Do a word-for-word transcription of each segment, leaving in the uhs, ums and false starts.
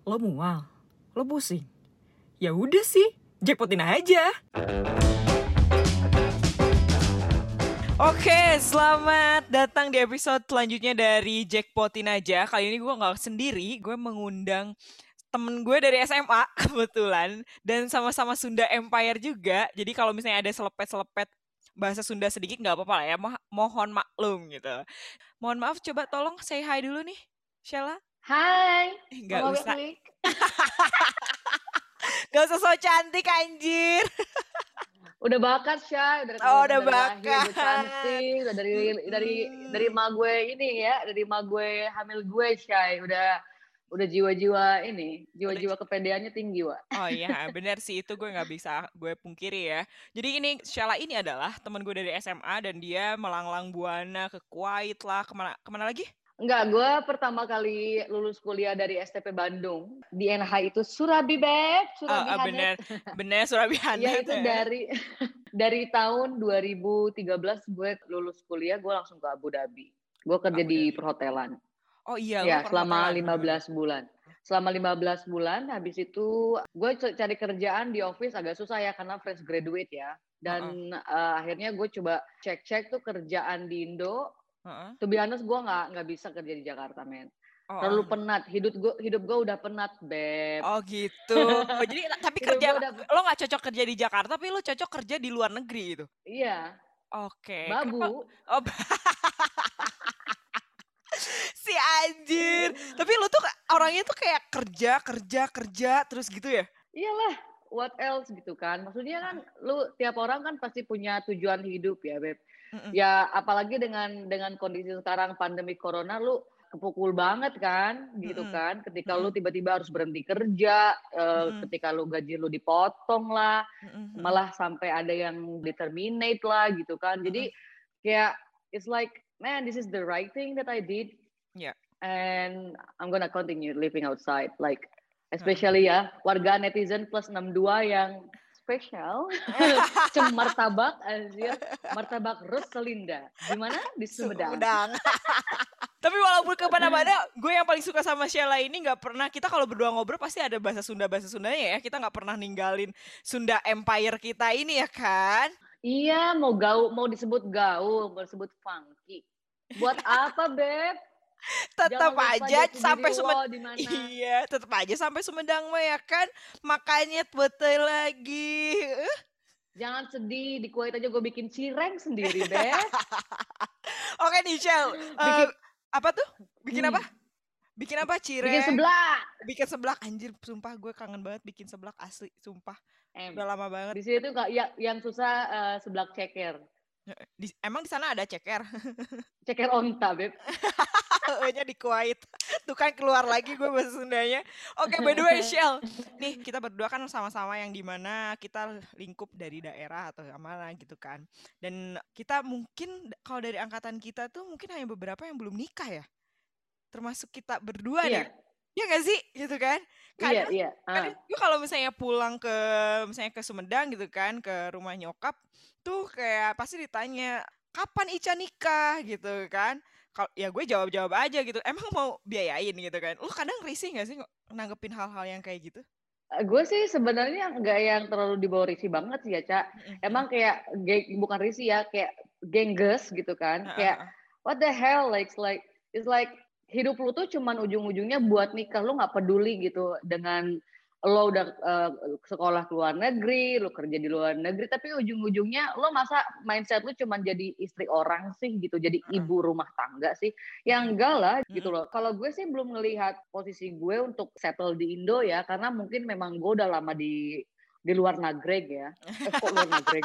Lo mual? Lo pusing? Ya udah sih, jackpotin aja. Oke, selamat datang di episode selanjutnya dari Jackpotin Aja. Kali ini gue gak sendiri, gue mengundang temen gue dari S M A kebetulan. Dan sama-sama Sunda Empire juga. Jadi kalau misalnya ada selepet-selepet bahasa Sunda sedikit gak apa-apa lah ya. Mo- mohon maklum gitu. Mohon maaf, coba tolong say hi dulu nih, Sheila. Hai, Eh, gak Mama usah. Beklik. Gak usah so cantik anjir. Udah bakat, Syah. Udah Oh, ketemu udah dari lahir, bakat. udah cantik. Udah dari dari dari Mm-mm. ma gue ini ya, dari ma gue hamil gue, Syah. Udah udah jiwa-jiwa ini, Udah. jiwa-jiwa kepedeannya tinggi, Wak. Oh iya, benar sih itu gue nggak bisa gue pungkiri ya. Jadi ini Sheila ini adalah teman gue dari S M A dan dia melanglang buana ke Kuwait lah, kemana kemana lagi? Enggak, gue pertama kali lulus kuliah dari S T P Bandung. Di N H itu Surabi, Beb. Oh, Surabi oh, benar, Hanet. benar Surabiana Iya, itu tuh. dari dari tahun dua ribu tiga belas gue lulus kuliah, gue langsung ke Abu Dhabi. Gue kerja Abu di Dhabi. perhotelan. Oh iya, lo Ya, selama perhotelan. lima belas bulan. Selama lima belas bulan, habis itu gue cari kerjaan di office agak susah ya karena fresh graduate ya. Heeh, Dan uh, akhirnya gue coba cek-cek tuh kerjaan di Indo. heeh. To be honest, gue nggak nggak bisa kerja di Jakarta, men. Oh, Terlalu oh. penat. Hidup gue hidup gue udah penat, Beb. Oh gitu. Oh, jadi tapi Hidup kerja gue udah lo nggak cocok kerja di Jakarta, tapi lo cocok kerja di luar negeri gitu. iya, Oke, kenapa? babu. Oh, si anjir. Tapi lu tuh orangnya tuh kayak kerja, kerja, kerja terus gitu ya? Iyalah, what else gitu kan. Maksudnya kan lu tiap orang kan pasti punya tujuan hidup ya, Beb. Mm-mm, Ya apalagi dengan dengan kondisi sekarang pandemi corona lu kepukul banget kan gitu mm-mm, kan. Ketika lu mm-mm, tiba-tiba harus berhenti kerja, eh, mm-mm, ketika lu gaji lu dipotong lah, mm-mm, mm-mm, malah sampai ada yang di-terminate lah gitu kan. mm-mm. Jadi kayak it's like, man, this is the right thing that I did Ya. and I'm gonna continue living outside like Heeh. especially ya warga netizen plus enam puluh dua yang spesial cem martabak anjir martabak Rosalinda di mana di Sumedang. Sumedang. Tapi walaupun kemana-mana, gue yang paling suka sama Sheila ini nggak pernah, kita kalau berdua ngobrol pasti ada bahasa Sunda bahasa Sundanya ya. Kita nggak pernah ninggalin Sunda Empire kita ini ya kan? Iya, mau gaul, mau disebut gaul, mau disebut funky, buat apa, Beb? Tetap Jangan lupa aja jati diri sampai Sumedang. lo di mana. Iya, tetap aja sampai Sumedang mah ya kan. Makanya betul lagi. Jangan sedih, di Kuwait aja gue bikin cireng sendiri, Beb. Oke nih Shell, Eh, Bikin apa tuh? Bikin apa? hmm, Bikin apa? bikin Cireng? seblak. Bikin seblak, anjir, sumpah gue kangen banget bikin seblak asli, sumpah. Em, Udah lama banget. di sini tuh kak ya, yang susah uh, seblak ceker. Di- emang di sana ada ceker? Ceker onta, Beb. E-nya di Kuwait. Tuh kan keluar lagi gue bahasa Sundanya. Oke, by the way, Shell. Nih, kita berdua kan sama-sama yang dimana kita lingkup dari daerah atau mana gitu kan. Dan kita mungkin, kalau dari angkatan kita tuh mungkin hanya beberapa yang belum nikah ya. Termasuk kita berdua nih. Iya, Ya nggak sih? Gitu kan. iya, Kadang, iya. kadang Ah. gue kalau misalnya pulang ke, misalnya ke Sumedang gitu kan, ke rumah nyokap, tuh kayak pasti ditanya, kapan Ica nikah gitu kan. Kalau ya gue jawab-jawab aja gitu. Emang mau biayain gitu kan. Lu kadang risih gak sih nanggepin hal-hal yang kayak gitu? Eh, Gue sih sebenarnya nggak yang terlalu dibawa risih banget sih ya, Cak. Mm-mm, mm-mm. Emang kayak geng, bukan risih ya, kayak gengges gitu kan. Heeh, Kayak heeh. what the hell, like, it's like, it's like hidup lu tuh cuman ujung-ujungnya buat nikah. Lu nggak peduli gitu dengan lo udah uh, sekolah ke luar negeri, lo kerja di luar negeri, tapi ujung-ujungnya lo masa mindset lu cuman jadi istri orang sih gitu, jadi Heeh, ibu rumah tangga sih. mm-mm, Yang enggak lah gitu mm-mm. loh. Kalau gue sih belum ngelihat posisi gue untuk settle di Indo ya, karena mungkin memang gue udah lama di di luar nagreg ya. Eh kok luar nagreg?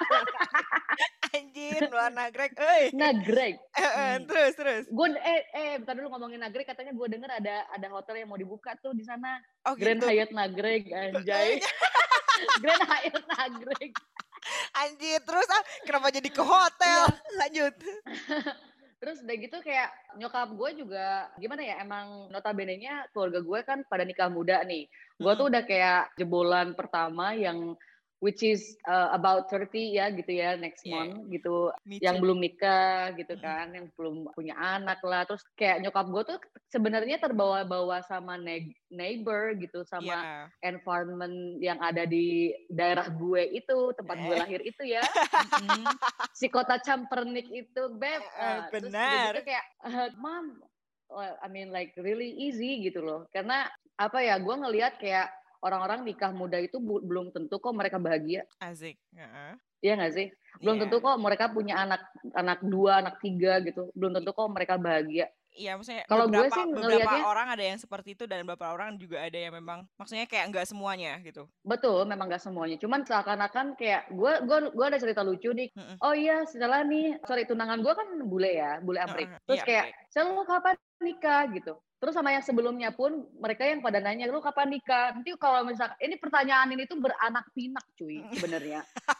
Anjir, luar nagrek. Euy. Nagreg. Heeh, Hmm. terus, terus. Gue eh eh bentar dulu ngomongin nagreg, katanya gue denger ada ada hotel yang mau dibuka tuh di sana. Oh Grand gitu. Hyatt Nagreg anjay. Grand Hyatt Nagreg. Anjir, terus ah, kenapa jadi ke hotel? Iya. Lanjut. Terus udah gitu kayak nyokap gue juga gimana ya, emang notabene-nya keluarga gue kan pada nikah muda nih. Gue tuh Mm-mm. udah kayak jebolan pertama yang which is uh, about thirty ya gitu ya next Yeah, month gitu, me yang too. belum nikah gitu Mm-mm. kan, yang belum punya anak lah. Terus kayak nyokap gue tuh sebenarnya terbawa-bawa sama ne- neighbor gitu, sama Yeah. environment yang ada di daerah gue itu, tempat gue Eh. lahir itu ya. Mm-mm. Si kota Campernik itu, Beb. Eh, Uh, terus udah gitu benar. kayak, uh, Mom, well, I mean like really easy gitu loh. Karena apa ya, gue ngelihat kayak orang-orang nikah muda itu bu- belum tentu kok mereka bahagia. Asik. Heeh. Iya nggak sih? Belum Iya. tentu kok mereka punya anak anak dua, anak tiga gitu. Belum tentu kok mereka bahagia. Iya, maksudnya Kalau gue beberapa sih beberapa ngelihatnya, orang ada yang seperti itu dan beberapa orang juga ada yang memang maksudnya kayak nggak semuanya gitu. betul memang nggak semuanya. Cuman seakan-akan kayak gue gue gue ada cerita lucu nih. Heeh. Oh iya, setelah nih, sorry tunangan gue kan bule ya, bule Amrik. Heeh. Terus Iya, kayak, oke. "Sel, lu kapan nikah?" gitu. Terus sama yang sebelumnya pun mereka yang pada nanya, "Lu kapan nikah?" Nanti kalau misalkan ini pertanyaan ini tuh beranak pinak cuy sebenarnya.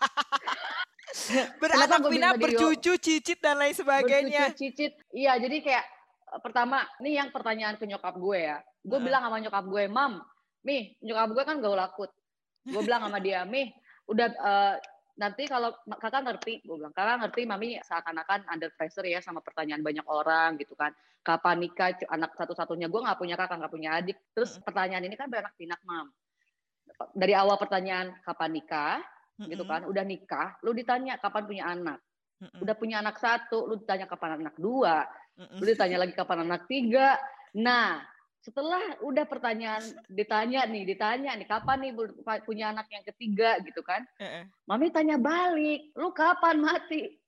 Kenapa Beranak gue pinak, bilang tadi yo bercucu, cicit dan lain bercucu sebagainya. cicit? Iya, jadi kayak eh, pertama, ini yang pertanyaan ke nyokap gue ya. Gue Heeh. bilang sama nyokap gue, "Mam, Mih, nyokap gue kan gaul akut." Gue bilang sama dia, "Mih, udah eh, nanti kalau kakak ngerti," gue bilang, "kakak ngerti mami seakan-akan under pressure ya sama pertanyaan banyak orang gitu kan. Kapan nikah, anak satu-satunya, gue nggak punya kakak, nggak punya adik. Terus Heeh. pertanyaan ini kan beranak pinak, Mam. Dari awal pertanyaan kapan nikah, gitu Heeh. kan, udah nikah, lu ditanya kapan punya anak. Heeh. Udah punya anak satu, lu ditanya kapan anak dua, Heeh. lu ditanya lagi kapan anak tiga. Nah, setelah udah pertanyaan ditanya nih, ditanya nih kapan nih punya anak yang ketiga gitu kan. Heeh. Mami tanya balik, lu kapan mati?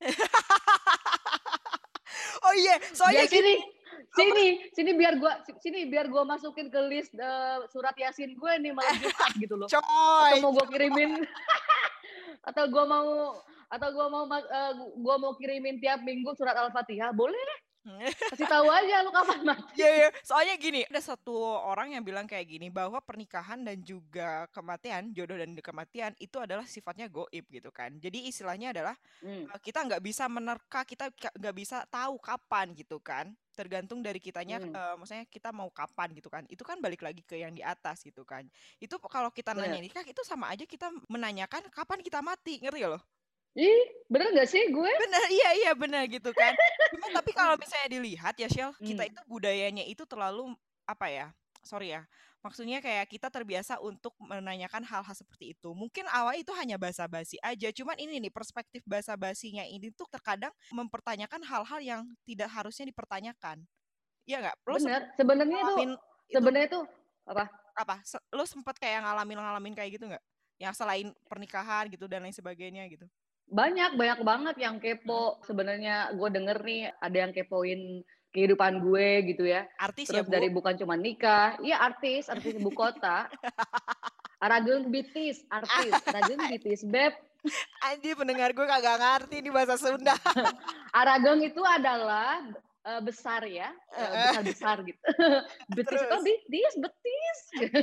Oh iya, soalnya Biar gini. sini, Apa? sini, sini biar gua sini biar gua masukin ke list uh, surat Yasin gue nih malam Jumat gitu loh. Atau Coy. mau gua kirimin atau gua mau atau gua mau uh, gua mau kirimin tiap minggu surat Al-Fatihah, boleh? Kasih tahu aja lu kapan mati. Iya, yeah, soalnya gini, ada satu orang yang bilang kayak gini, bahwa pernikahan dan juga kematian, jodoh dan kematian itu adalah sifatnya goib gitu kan. Jadi istilahnya adalah Hmm, uh, kita nggak bisa menerka, kita nggak bisa tahu kapan gitu kan. Tergantung dari kitanya, hmm, uh, maksudnya kita mau kapan gitu kan. Itu kan balik lagi ke yang di atas gitu kan. Itu kalau kita nanya bener. nikah, itu sama aja kita menanyakan kapan kita mati, ngerti gak loh? Ih, bener gak sih gue? Bener, iya iya bener gitu kan. Cuma tapi kalau misalnya dilihat ya Shell, kita Hmm, itu budayanya itu terlalu apa ya? Sorry ya. Maksudnya kayak kita terbiasa untuk menanyakan hal-hal seperti itu. Mungkin awal itu hanya basa-basi aja. Cuman ini nih perspektif basa-basinya ini tuh terkadang mempertanyakan hal-hal yang tidak harusnya dipertanyakan. Iya nggak? Lo bener. sempet Sebenarnya itu, ngalamin itu sebenarnya itu apa? apa? Se- Lo sempet kayak ngalamin-ngalamin kayak gitu nggak? Yang selain pernikahan gitu dan lain sebagainya gitu. Banyak, banyak banget yang Mm. kepo. Sebenarnya gue denger nih ada yang kepoin kehidupan gue gitu ya. Artis ya Terus Bu? dari bukan cuma nikah, iya artis, artis ibu kota. Arageng bitis, artis, Arageng bitis, Beb. Anjir, pendengar gue kagak ngerti di bahasa Sunda. Arageng itu adalah uh, besar ya, uh, besar-besar gitu. Betis itu Terus. betis, betis.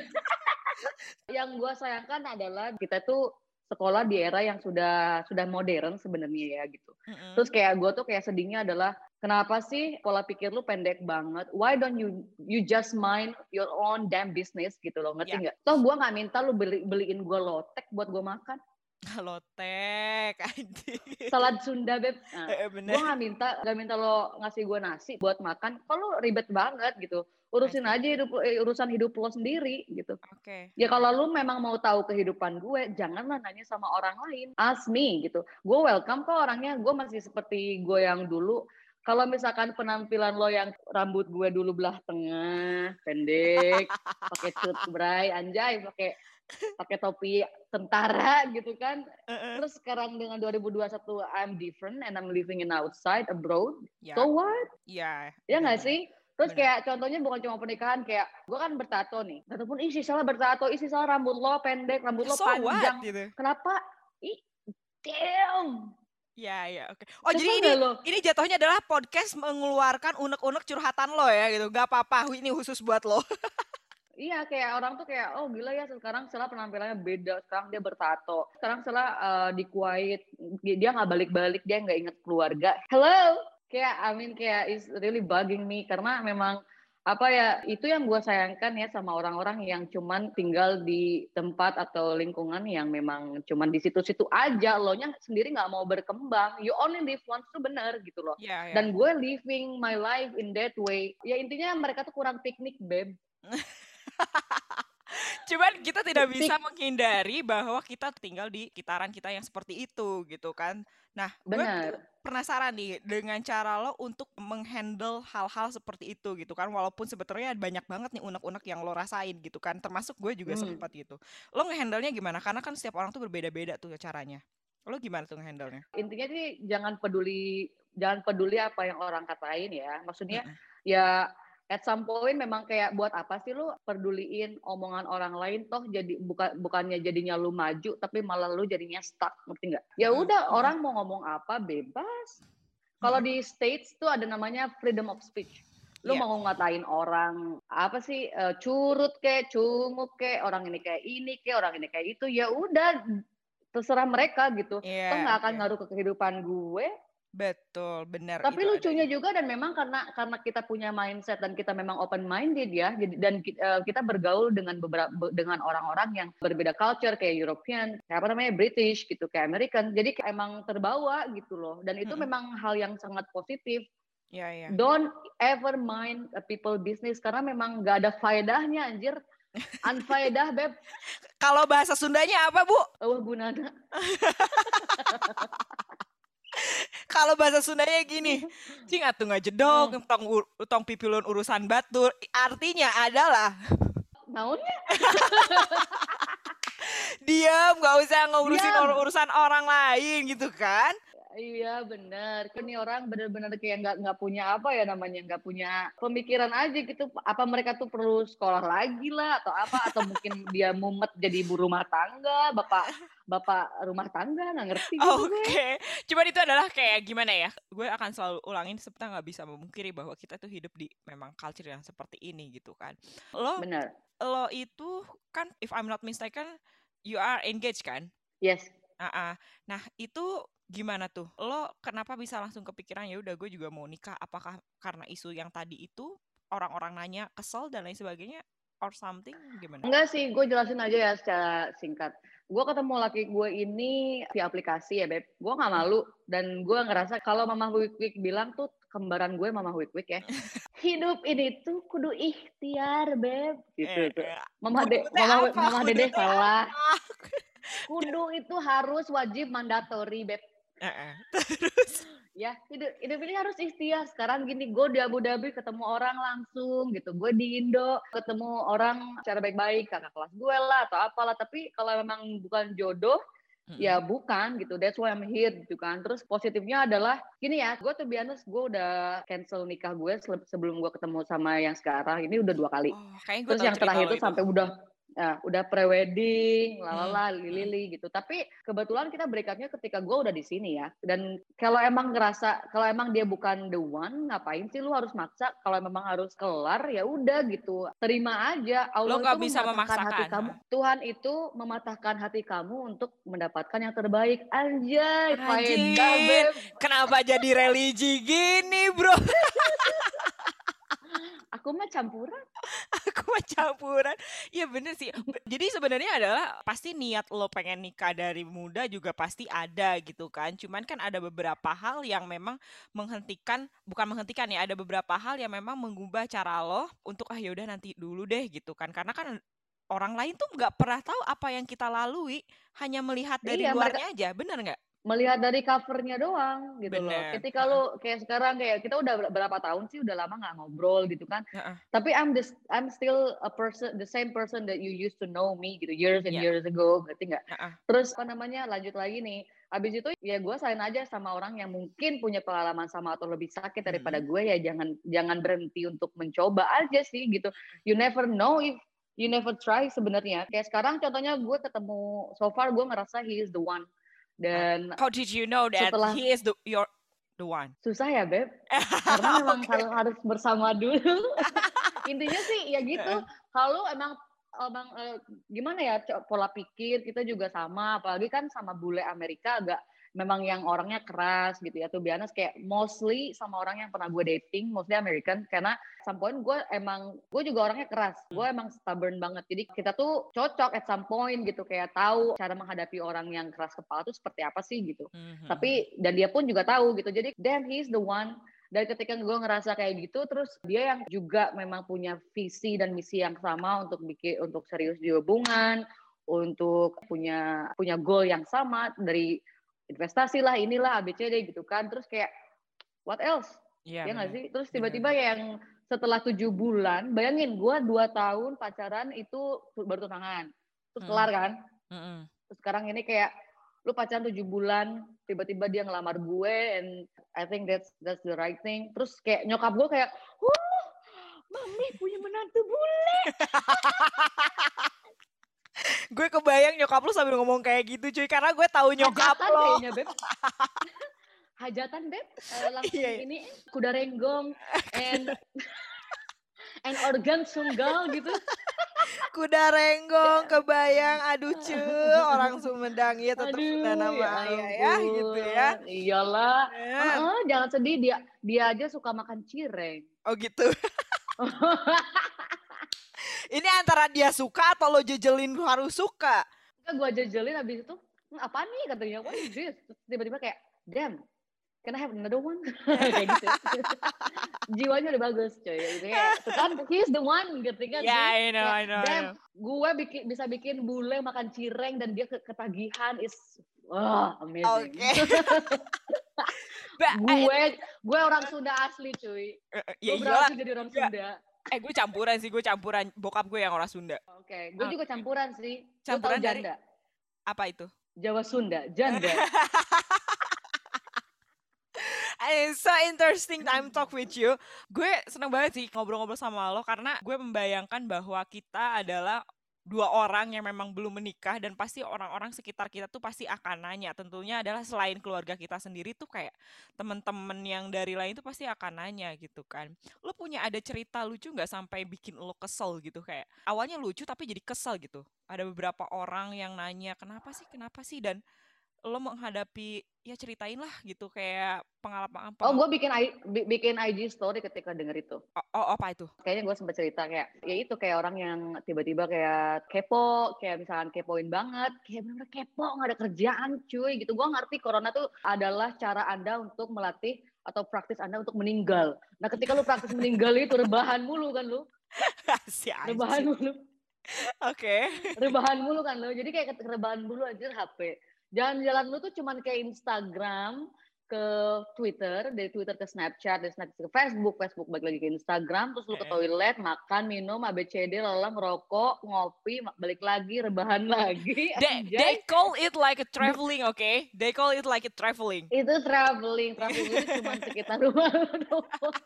Yang gue sayangkan adalah kita tuh sekolah di era yang sudah sudah modern sebenarnya ya gitu. Mm-mm. Terus kayak gue tuh kayak sedihnya adalah kenapa sih pola pikir lu pendek banget? Why don't you you just mind your own damn business gitu loh, Ya, ngerti nggak? Toh gue nggak minta lu beli beliin gue lotek buat gue makan. lotek anjir. Salad Sunda beb. Nah, Eh, gue bener. nggak minta nggak minta lo ngasih gue nasi buat makan. Kalau ribet banget gitu, urusin Asik. aja hidup eh, urusan hidup lo sendiri gitu. Oke. Ya kalau lu memang mau tahu kehidupan gue, janganlah nanya sama orang lain. Ask me gitu. Gue welcome kok orangnya. Gue masih seperti gue yang dulu. Kalau misalkan penampilan lo yang rambut gue dulu belah tengah, pendek, pakai cut bray, anjay, pakai pakai topi tentara gitu kan. Uh-uh. Terus sekarang dengan dua ribu dua puluh satu I'm different and I'm living in outside abroad. Ya. So what? Ya. Ya nggak benar-benar. sih? Terus Benar. kayak contohnya bukan cuma pernikahan, kayak gue kan bertato nih. Ataupun ih si salah bertato, ih si salah rambut lo pendek, rambut Ya, lo so what panjang. gitu. Kenapa? Ih, damn. Ya, ya, oke. Oh, Kesel jadi ini nggak lo? ini jatuhnya adalah podcast mengeluarkan unek-unek curhatan lo ya gitu. Gak apa-apa, ini khusus buat lo. Iya, kayak orang tuh kayak, oh gila ya sekarang Sela penampilannya beda. Sekarang dia bertato. Sekarang Sela uh, di Kuwait, dia nggak balik-balik, dia nggak inget keluarga. Hello? Kayak, I mean kayak is really bugging me. Karena memang apa ya, itu yang gue sayangkan ya sama orang-orang yang cuman tinggal di tempat atau lingkungan yang memang cuman di situ-situ aja, elonya sendiri nggak mau berkembang. You only live once tuh bener gitu loh. Iya, iya. Dan gue living my life in that way. Ya intinya mereka tuh kurang piknik, Beb. Cuman kita tidak bisa Pik, menghindari bahwa kita tinggal di sekitaran kita yang seperti itu gitu kan. Nah, gue tuh bener. penasaran nih dengan cara lo untuk menghandle hal-hal seperti itu gitu kan. Walaupun sebetulnya banyak banget nih unek-unek yang lo rasain gitu kan. Termasuk gue juga Hmm. sempat gitu. Lo ngehandle-nya gimana? Karena kan setiap orang tuh berbeda-beda tuh caranya. Lo gimana tuh ngehandle-nya? Intinya sih jangan peduli jangan peduli apa yang orang katain ya. Maksudnya Mm-mm. ya at some point memang kayak buat apa sih lu peduliin omongan orang lain toh jadi bukan bukannya jadinya lu maju tapi malah lu jadinya stuck, ngerti nggak? Ya Mm-mm. udah Mm-mm. orang mau ngomong apa bebas. Kalau Mm-mm. di States tuh ada namanya freedom of speech. Lu Iya. mau ngatain orang apa sih eh, curut kayak cungup kayak orang ini kayak ini kayak orang ini kayak itu ya udah terserah mereka gitu. Toh Iya, nggak akan oke. ngaruh ke kehidupan gue. Betul, benar Tapi itu lucunya adanya. juga dan memang karena karena kita punya mindset dan kita memang open minded ya, jadi dan ki- eh, kita bergaul dengan beberapa dengan orang-orang yang berbeda culture kayak European, kayak apa namanya British gitu, kayak American. Jadi kayak emang terbawa gitu loh. Dan itu Mm-mm. memang hal yang sangat positif. Iya, iya. Don't ever mind a people business karena memang nggak ada faedahnya anjir. Unfaedah beb. Kalau bahasa Sundanya apa, Bu? Eueuh gunana. Kalau bahasa Sundanya gini, cing atuh ngajedog, Hmm. tong u- tong pipilun urusan batur. Artinya adalah Naonnya? diam, nggak usah ngurusin Diam. or- urusan orang lain gitu kan? Iya benar. Ini orang benar-benar kayak nggak nggak punya apa ya namanya, nggak punya pemikiran aja gitu. Apa mereka tuh perlu sekolah lagi lah atau apa? Atau mungkin dia mumet jadi ibu rumah tangga, bapak bapak rumah tangga, nggak ngerti juga gue. Oke, cuman itu adalah kayak gimana ya? Gue akan selalu ulangin, kita nggak bisa memungkiri bahwa kita tuh hidup di memang culture yang seperti ini gitu kan. Lo Benar. lo itu kan, if I'm not mistaken, you are engaged kan? Yes. Ah, nah itu gimana tuh? Lo kenapa bisa langsung kepikiran ya udah gue juga mau nikah? Apakah karena isu yang tadi itu orang-orang nanya kesel dan lain sebagainya or something gimana? Enggak sih, gue jelasin aja ya secara singkat. Gue ketemu laki gue ini di aplikasi ya, Beb. Gue nggak malu dan gue ngerasa kalau Mama Wik Wik bilang tuh kembaran gue Mama Wik Wik ya. Hidup ini tuh kudu ikhtiar, Beb. Gitu Eh, tuh. eh, Mama kudu de, teh Mama apa? Mama Kudu Dede teh salah. apa? Kudu itu harus wajib mandatori, Beb. Eh, eh. Terus Ya, hidup, hidup ini harus ikhtiar. Sekarang gini, gue di Abu Dhabi ketemu orang langsung gitu. Gue di Indo ketemu orang secara baik-baik, kakak kelas gue lah atau apalah. Tapi kalau memang bukan jodoh, ya Mm-mm. bukan gitu. That's why I'm here gitu kan. Terus positifnya adalah gini ya, gue tuh biasa gue udah cancel nikah gue sebelum gue ketemu sama yang sekarang. Ini udah dua kali. Oh, kayaknya gue Terus tahu yang cerita terakhir lo tuh itu. sampai udah ya, udah pre-wedding, Mm, lalala, mm. lili gitu. Tapi kebetulan kita break up-nya ketika gue udah di sini ya. Dan kalau emang ngerasa, kalau emang dia bukan the one, ngapain sih lu harus maksa? Kalau memang harus kelar, ya udah gitu. Terima aja. Lo Allah nggak itu bisa mematahkan hati memaksakan. kamu. Ha. Tuhan itu mematahkan hati kamu untuk mendapatkan yang terbaik. Anjay, faedah, Anjir, Beb. kenapa jadi religi gini, bro? Aku mah campuran. Aku mah campuran. Iya bener sih. Be- Jadi sebenarnya adalah pasti niat lo pengen nikah dari muda juga pasti ada gitu kan. Cuman kan ada beberapa hal yang memang menghentikan, bukan menghentikan ya, ada beberapa hal yang memang mengubah cara lo untuk ah yaudah nanti dulu deh gitu kan. Karena kan orang lain tuh nggak pernah tahu apa yang kita lalui, hanya melihat dari Iya, mereka luarnya aja, bener nggak? melihat dari covernya doang gitu loh. Bener. Ketika Heeh, lo kayak sekarang kayak kita udah ber- berapa tahun sih udah lama nggak ngobrol gitu kan. heeh. Tapi I'm this I'm still a person the same person that you used to know me gitu years and Iya, years ago, ngerti nggak? heeh. Terus apa namanya lanjut lagi nih. Abis itu ya gue sign aja sama orang yang mungkin punya pengalaman sama atau lebih sakit daripada Mm-mm. gue ya jangan jangan berhenti untuk mencoba aja sih gitu. You never know if you never try sebenarnya. Kayak sekarang contohnya gue ketemu so far gue ngerasa he is the one. Uh, Dan how did you know that setelah he is the your the one? susah ya Beb, karena memang Oke. hal- harus bersama dulu. Intinya sih ya gitu. Heeh. Kalau emang emang eh, gimana ya co- pola pikir kita juga sama, apalagi kan sama bule Amerika agak memang yang orangnya keras gitu ya. To be honest, kayak mostly sama orang yang pernah gue dating, mostly American, karena some point gue emang, gue juga orangnya keras. Gue emang stubborn banget. Jadi kita tuh cocok at some point gitu, kayak tahu cara menghadapi orang yang keras kepala tuh seperti apa sih gitu. Mhm. Tapi, dan dia pun juga tahu gitu. Jadi, damn, he's the one. Dan ketika gue ngerasa kayak gitu, terus dia yang juga memang punya visi dan misi yang sama untuk bikin, untuk serius di hubungan, untuk punya punya goal yang sama dari investasi lah, inilah A B C D gitu kan. Terus kayak what else? Iya, Ya nggak benar. sih? Terus Benar, tiba-tiba benar. yang setelah tujuh bulan, bayangin gue dua tahun pacaran itu baru tunangan, terus Mhm. kelar kan? Mhm. Terus sekarang ini kayak lu pacaran tujuh bulan, tiba-tiba dia ngelamar gue, and I think that's that's the right thing. Terus kayak nyokap gue kayak, wah, mami punya menantu bule. Gue kebayang nyokap lu sambil ngomong kayak gitu cuy, karena gue tahu nyokap Hajatan lo. kayaknya, Beb. Hajatan, Beb. Uh, langsung Iya, iya. ini kuda renggong and and organ sunggal gitu. Kuda renggong, kebayang, aduh cuy, orang Sumedang ya tetap Sunda Aduh, nama ya ayah ya gitu ya. ampun. Iyalah. Nah, Heeh, jangan sedih, dia dia aja suka makan cireng. oh gitu. Ini antara dia suka atau lo jejelin harus suka? Enggak, gue jejelin habis itu, "Hmm, apa nih?" katanya, "What is this?" Terus tiba-tiba kayak, "Damn, can I have another one?" Kayak gitu. Jiwanya udah bagus coy. Gitu kayak, tuh kan, he's the one gitu kan Yeah, sih. I know, Kayak, I know, I damn, know. gue bikin, bisa bikin bule makan cireng dan dia ke- ketagihan is, wah, amazing. Oke. Ba, eh, Gue, gue orang Sunda asli cuy. eh, eh, ya Gue iyalah. berhasil jadi orang Ya. Sunda. Eh gue campuran sih, gue campuran. Bokap gue yang orang Sunda. Oke, gue juga Oke. campuran sih. Lu tahu Campuran dari janda? apa itu? Jawa Sunda, janda. It's so interesting time talk with you. Gue seneng banget sih ngobrol-ngobrol sama lo karena gue membayangkan bahwa kita adalah dua orang yang memang belum menikah dan pasti orang-orang sekitar kita tuh pasti akan nanya. Tentunya adalah selain keluarga kita sendiri tuh kayak temen-temen yang dari lain tuh pasti akan nanya gitu kan. Lo punya ada cerita lucu nggak sampai bikin lo kesel gitu kayak awalnya lucu tapi jadi kesel gitu. Ada beberapa orang yang nanya kenapa sih kenapa sih dan lo menghadapi ya ceritain lah gitu kayak pengalaman Oh, pengalaman. gue bikin I- bi- bikin I G story ketika denger itu. Oh, oh, apa itu? Kayaknya gue sempat cerita kayak, ya itu kayak orang yang tiba-tiba kayak kepo, kayak misalkan kepoin banget, kayak bener-bener kepo, nggak ada kerjaan cuy gitu. Gue ngerti corona tuh adalah cara Anda untuk melatih atau praktis Anda untuk meninggal. Nah ketika lu praktis meninggal itu rebahan mulu kan lu, Si rebahan anjing. mulu, Oke. rebahan mulu kan lu. Jadi kayak rebahan mulu anjir H P. Jalan-jalan lu tuh cuman kayak Instagram, ke Twitter, dari Twitter ke Snapchat, dari Snapchat ke Facebook, Facebook balik lagi ke Instagram, terus lu ke toilet, makan, minum, A B C D, lalu ngerokok, ngopi, balik lagi, rebahan lagi, They, they anjay. call it like a traveling, okay? They call it like a traveling. Itu traveling, traveling itu cuma sekitar rumah doang.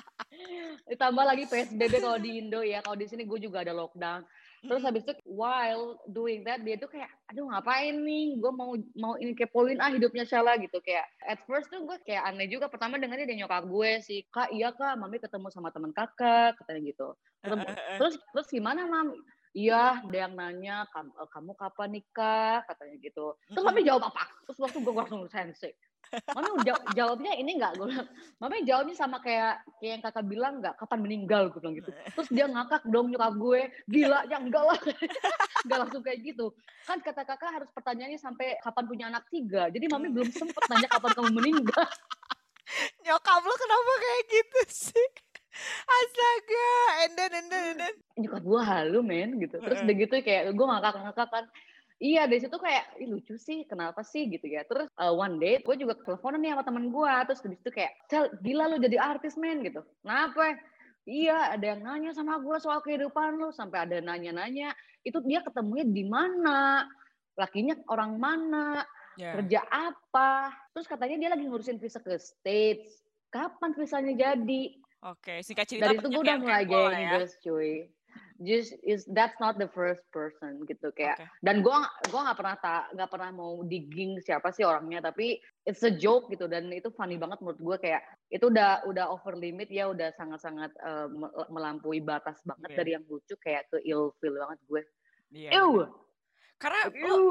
Ditambah lagi P S B B kalau di Indo ya, kalau di sini gue juga ada lockdown. Terus habis itu while doing that dia tuh kayak, aduh ngapain nih, gue mau mau ini kepoin ah hidupnya Shala gitu kayak. At first tuh gue kayak aneh juga, pertama dengarnya dari nyokap gue sih, kak iya kak, mami ketemu sama teman kakak, katanya gitu. Terus terus, terus gimana mam? Iya, ada yang nanya, kamu kapan nikah? Katanya gitu. Terus mami jawab apa? Terus waktu gue langsung sense. Mami jawab, jawabnya ini enggak, gue bilang. Mami jawabnya sama kayak kayak yang kakak bilang enggak, kapan meninggal, gue bilang gitu. Terus dia ngakak dong nyokap gue, gila ya enggak lah. Enggak langsung kayak gitu. Kan kata kakak harus pertanyaannya sampai kapan punya anak tiga. Jadi mami belum sempet nanya kapan kamu meninggal. Nyokap lo kenapa kayak gitu sih? Astaga, and then, and then, and then. Nyokap gue halu men gitu. Terus udah gitu kayak gue ngakak-ngakak kan. Iya, dari situ kayak, ih lucu sih, kenapa sih gitu ya. Terus uh, one day, gue juga teleponan nih sama temen gue. Terus dari situ kayak, Cel, gila lu jadi artis men gitu. Kenapa? Iya, ada yang nanya sama gue soal kehidupan lu. Sampai ada nanya-nanya, itu dia ketemunya di mana? Lakinya orang mana? Yeah. Kerja apa? Terus katanya dia lagi ngurusin visa ke States. Kapan visanya jadi? Oke, okay, singkat cerita dari itu gue udah mulai gengges ya. Cuy. Just is that's not the first person gitu kayak. Okay. Dan gue gue nggak pernah tak nggak pernah mau digging siapa sih orangnya, tapi it's a joke gitu dan itu funny banget menurut gue kayak itu udah udah over limit ya, udah sangat-sangat uh, melampaui batas banget yeah. Dari yang lucu kayak ke ilfeel banget gue. Iya. Yeah, karena Ew.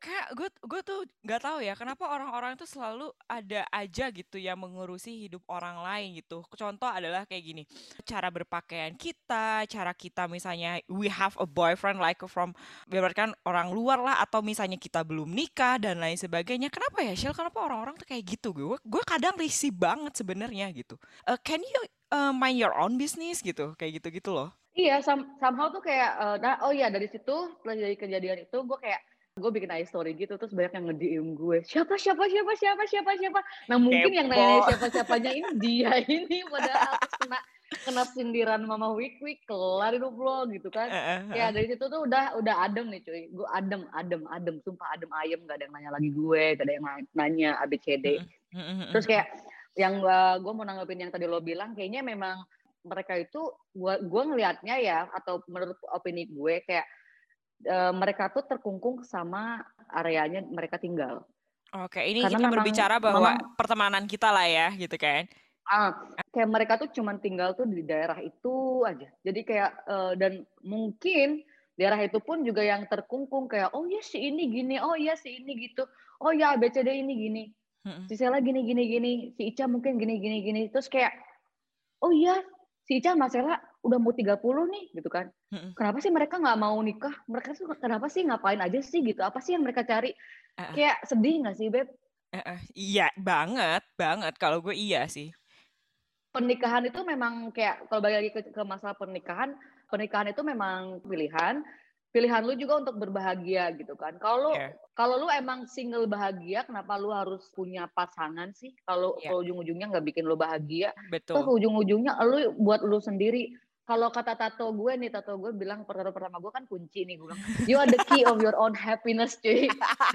Kayak gue gue tuh nggak tahu ya kenapa orang-orang itu selalu ada aja gitu yang mengurusi hidup orang lain gitu. Contoh adalah kayak gini, cara berpakaian kita, cara kita misalnya we have a boyfriend like from kan orang luar lah atau misalnya kita belum nikah dan lain sebagainya. Kenapa ya, Shil? Kenapa orang-orang tuh kayak gitu? Gue gue kadang risih banget sebenarnya gitu. Uh, can you uh, mind your own business gitu, kayak gitu-gitu loh. Iya, some, somehow tuh kayak, uh, nah, oh iya dari situ setelah jadi kejadian itu gue kayak gue bikin I G story gitu terus banyak yang nge-D M gue siapa siapa siapa siapa siapa siapa nah mungkin yang nanya Kepo. siapa siapanya ini dia ini padahal terus kena kena sindiran mama Wik Wik kelar hidup lo gitu kan ya dari situ tuh udah udah adem nih cuy gue adem adem adem sumpah adem ayem gak ada yang nanya lagi gue gak ada yang nanya A B C D terus kayak yang uh, gue mau nanggepin yang tadi lo bilang kayaknya memang mereka itu gue gue ngelihatnya ya atau menurut opini gue kayak Uh, mereka tuh terkungkung sama areanya mereka tinggal. Oke, ini Karena kita memang, berbicara bahwa memang, pertemanan kita lah ya, gitu kan? ah, kayak mereka tuh cuman tinggal tuh di daerah itu aja. Jadi kayak uh, dan mungkin daerah itu pun juga yang terkungkung kayak oh ya si ini gini, oh ya si ini gitu, oh ya A B C D ini gini, Mm-mm. si Sela gini gini gini, si Ica mungkin gini gini gini. Terus kayak oh iya si Ica sama Sela udah mau tiga puluh nih gitu kan. Mm-mm. Kenapa sih mereka nggak mau nikah? Mereka tuh kenapa sih ngapain aja sih gitu? Apa sih yang mereka cari? Uh-uh. Kayak sedih nggak sih Beb? Uh-uh. Iya, banget, banget. Kalau gue iya sih. Pernikahan itu memang kayak kalau balik lagi ke, ke masalah pernikahan, pernikahan itu memang pilihan. Pilihan lu juga untuk berbahagia gitu kan. Kalau Yeah. kalau lu emang single bahagia, kenapa lu harus punya pasangan sih? Kalau Yeah. ujung-ujungnya nggak bikin lu bahagia, Betul. toh ujung-ujungnya lu buat lu sendiri. Kalau kata tato gue nih, tato gue bilang pertama pertama gue kan kunci nih, gue bilang you are the key of your own happiness, cuy.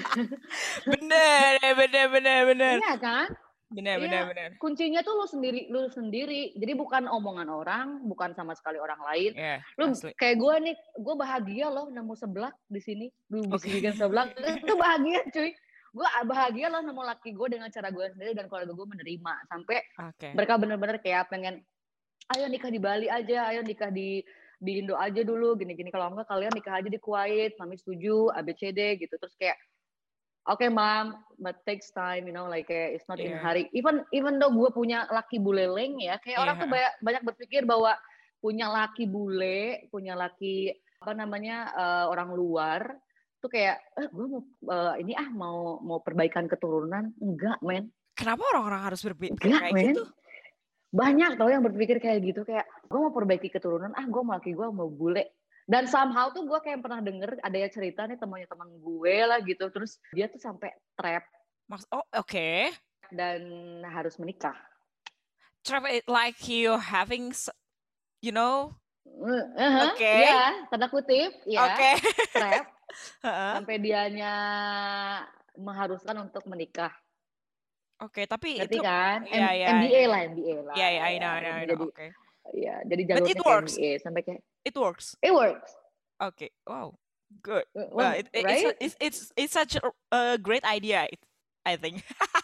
Bener, bener, bener, bener. Iya kan? Bener, Iya, bener, bener. kuncinya tuh lu sendiri, lu sendiri. Jadi bukan omongan orang, bukan sama sekali orang lain. Yeah, Lu asli. kayak gue nih, gue bahagia loh nemu seblak di sini. Lu Oke. bikin seblak itu bahagia, cuy. Gue bahagia loh nemu laki gue dengan cara gue sendiri dan keluarga gue menerima. Sampai Okay. mereka bener-bener kayak pengen, ayo nikah di Bali aja, ayo nikah di di Indo aja dulu, gini-gini. Kalau enggak kalian nikah aja di Kuwait, mami setuju, A B C D gitu. Terus kayak oke okay, mom, but takes time, you know, like uh, it's not yeah. in a hurry. Even even though gue punya laki buleleng ya, kayak yeah. orang tuh banyak, banyak berpikir bahwa punya laki bule, punya laki apa namanya uh, orang luar, tuh kayak, eh gue mau uh, ini ah mau mau perbaikan keturunan, enggak men. Kenapa orang-orang harus berpikir enggak, kayak men. gitu? Banyak tau yang berpikir kayak gitu, kayak gue mau perbaiki keturunan, ah gue mau laki gue mau bule. Dan somehow tuh gue kayak pernah denger ada yang cerita nih temannya teman gue lah gitu. Terus dia tuh sampai trap. Mas, oh oke. Okay. Dan harus menikah. Trap it like you having, you know? Uh-huh, oke. Okay. Ya, tanda kutip. Ya, okay. Trap. Sampai dianya mengharuskan untuk menikah. Oke, okay, tapi ngerti itu kan? ya, M- ya, M B A ya. lah, M B A lah. Iya, iya, I know, I know, I know. Jadi, okay. Ya, jadi jalurnya kayak M B A sampai kayak. It works. It works. Okay, wow, good. Well, well, it, it, right? it's, it's it's it's such a, a great idea, I think.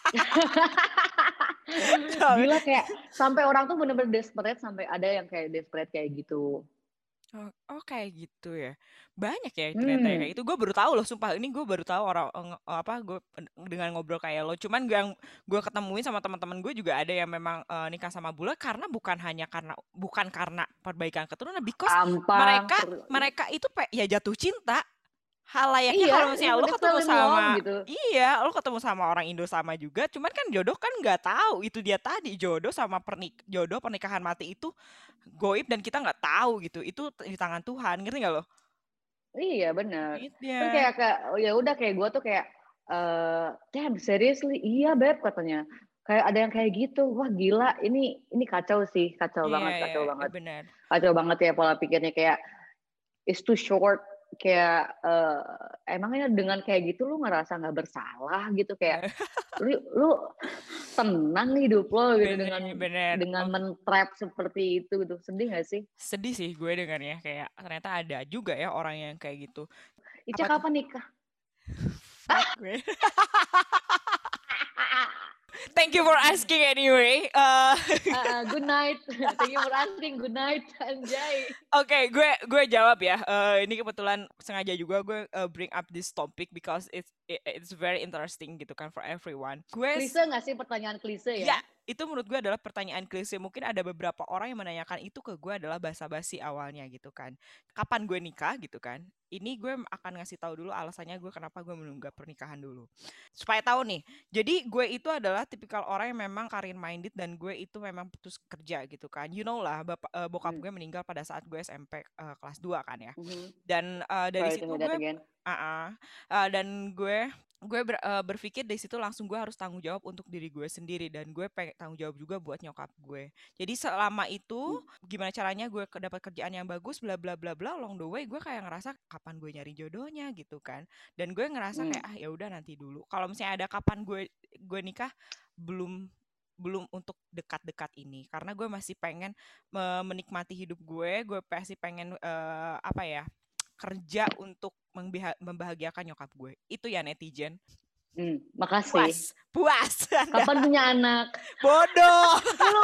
Gila kayak sampai orang tuh bener-bener desperate, sampai ada yang kayak desperate kayak gitu. Oh, oh kayak gitu ya. Banyak ya ternyata hmm. ya kayak gitu. Gue baru tahu loh, sumpah. Ini gue baru tahu orang apa gue dengan ngobrol kayak lo. Cuman gue yang gue ketemuin sama teman-teman gue juga ada yang memang uh, nikah sama bule karena bukan hanya karena bukan karena perbaikan keturunan, because Ampang. mereka mereka itu ya jatuh cinta. Halayaknya iya, kalau misalnya lo ketemu sama gitu. Iya, lo ketemu sama orang Indo sama juga, cuman kan jodoh kan nggak tahu itu dia tadi jodoh sama pernik jodoh pernikahan mati itu goib dan kita nggak tahu gitu, itu di tangan Tuhan, ngerti nggak lo? Iya benar. Terus kayak kayak ya udah kayak gue tuh kayak uh, damn seriously iya beb katanya, kayak ada yang kayak gitu, wah gila ini ini kacau sih, kacau yeah, banget, kacau yeah, banget, bener. kacau banget ya pola pikirnya kayak it's too short. Kayak uh, emangnya dengan kayak gitu lu ngerasa nggak bersalah gitu kayak lu lu tenang hidup lo gitu bener, dengan bener. dengan oh. men-trap seperti itu gitu, sedih nggak sih? Sedih sih gue dengarnya, kayak ternyata ada juga ya orang yang kayak gitu. Ica kapan nikah? gue Thank you for asking anyway. Uh, uh, uh, good night. Thank you for asking. Good night, anjay. Oke, okay, gue gue jawab ya. Uh, ini kebetulan sengaja juga gue uh, bring up this topic because it's it, it's very interesting gitu kan for everyone. Gue klise nggak sih pertanyaan klise ya? Ya, itu menurut gue adalah pertanyaan klise. Mungkin ada beberapa orang yang menanyakan itu ke gue adalah basa-basi awalnya gitu kan. Kapan gue nikah gitu kan? Ini gue akan ngasih tahu dulu alasannya gue kenapa gue menunda pernikahan dulu. Supaya tahu nih. Jadi gue itu adalah tipikal orang yang memang career minded dan gue itu memang putus kerja gitu kan. You know lah, bapak uh, bokap Hmm. gue meninggal pada saat gue S M P uh, kelas dua kan ya. Mm-hmm. Dan uh, dari Sorry situ to hear that gue again. uh-uh, uh, dan gue gue ber, uh, berpikir dari situ langsung gue harus tanggung jawab untuk diri gue sendiri dan gue pengen tanggung jawab juga buat nyokap gue. Jadi selama itu Hmm. gimana caranya gue ke- dapat kerjaan yang bagus bla bla bla bla along the way gue kayak ngerasa kapan gue nyari jodohnya gitu kan. Dan gue ngerasa Hmm. kayak ah ya udah nanti dulu. Kalau misalnya ada kapan gue gue nikah belum belum untuk dekat-dekat ini karena gue masih pengen me- menikmati hidup gue, gue masih pengen uh, apa ya? kerja untuk membiha- membahagiakan nyokap gue. Itu ya netizen. Hmm, makasih. Puas, puas. Anda. Kapan punya anak? Bodoh.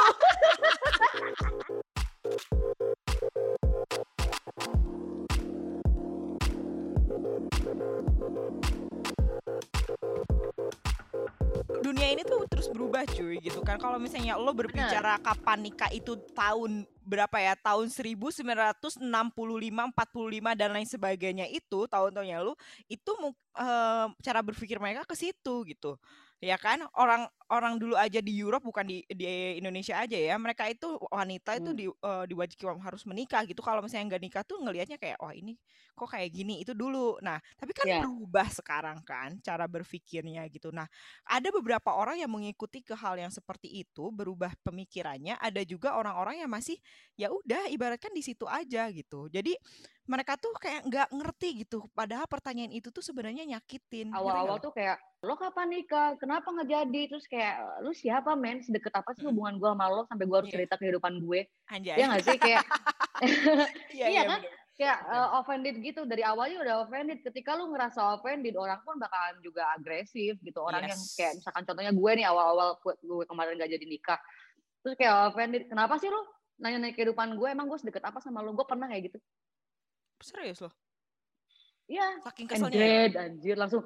Dunia ini tuh terus berubah cuy gitu kan. Kalau misalnya lo berbicara Bener. kapan nikah itu tahun berapa ya, tahun seribu sembilan ratus enam puluh lima, empat puluh lima dan lain sebagainya itu tahun-tahunnya lu itu uh, cara berpikir mereka ke situ gitu. Ya kan, orang orang dulu aja di Europe bukan di di Indonesia aja ya. Mereka itu wanita itu Hmm. di uh, diwajibkan harus menikah gitu. Kalau misalnya nggak nikah tuh ngelihatnya kayak wah ini kok kayak gini itu dulu. Nah, tapi kan Yeah. berubah sekarang kan cara berpikirnya gitu. Nah, ada beberapa orang yang mengikuti ke hal yang seperti itu, berubah pemikirannya. Ada juga orang-orang yang masih ya udah ibaratkan di situ aja gitu. Jadi mereka tuh kayak nggak ngerti gitu. Padahal pertanyaan itu tuh sebenarnya nyakitin. Awal-awal tuh kayak lo kapan nikah? Kenapa nggak jadi? Terus kayak lu siapa men? Sedekat apa sih hubungan gue sama lo sampai gue harus Iya. cerita kehidupan gue? Anjay. Ya nggak sih kayak iya, iya iya kan? bener. Kayak uh, offended gitu dari awalnya udah offended. Ketika lu ngerasa offended, orang pun bakalan juga agresif gitu. Orang Yes. yang kayak misalkan contohnya gue nih awal-awal gue, gue kemarin gak jadi nikah, terus kayak offended. Kenapa sih lu nanya-nanya kehidupan gue? Emang gue sedekat apa sama lu? Gue pernah kayak gitu. Serius loh? Iya. Saking And keselnya dead, ya? anjir langsung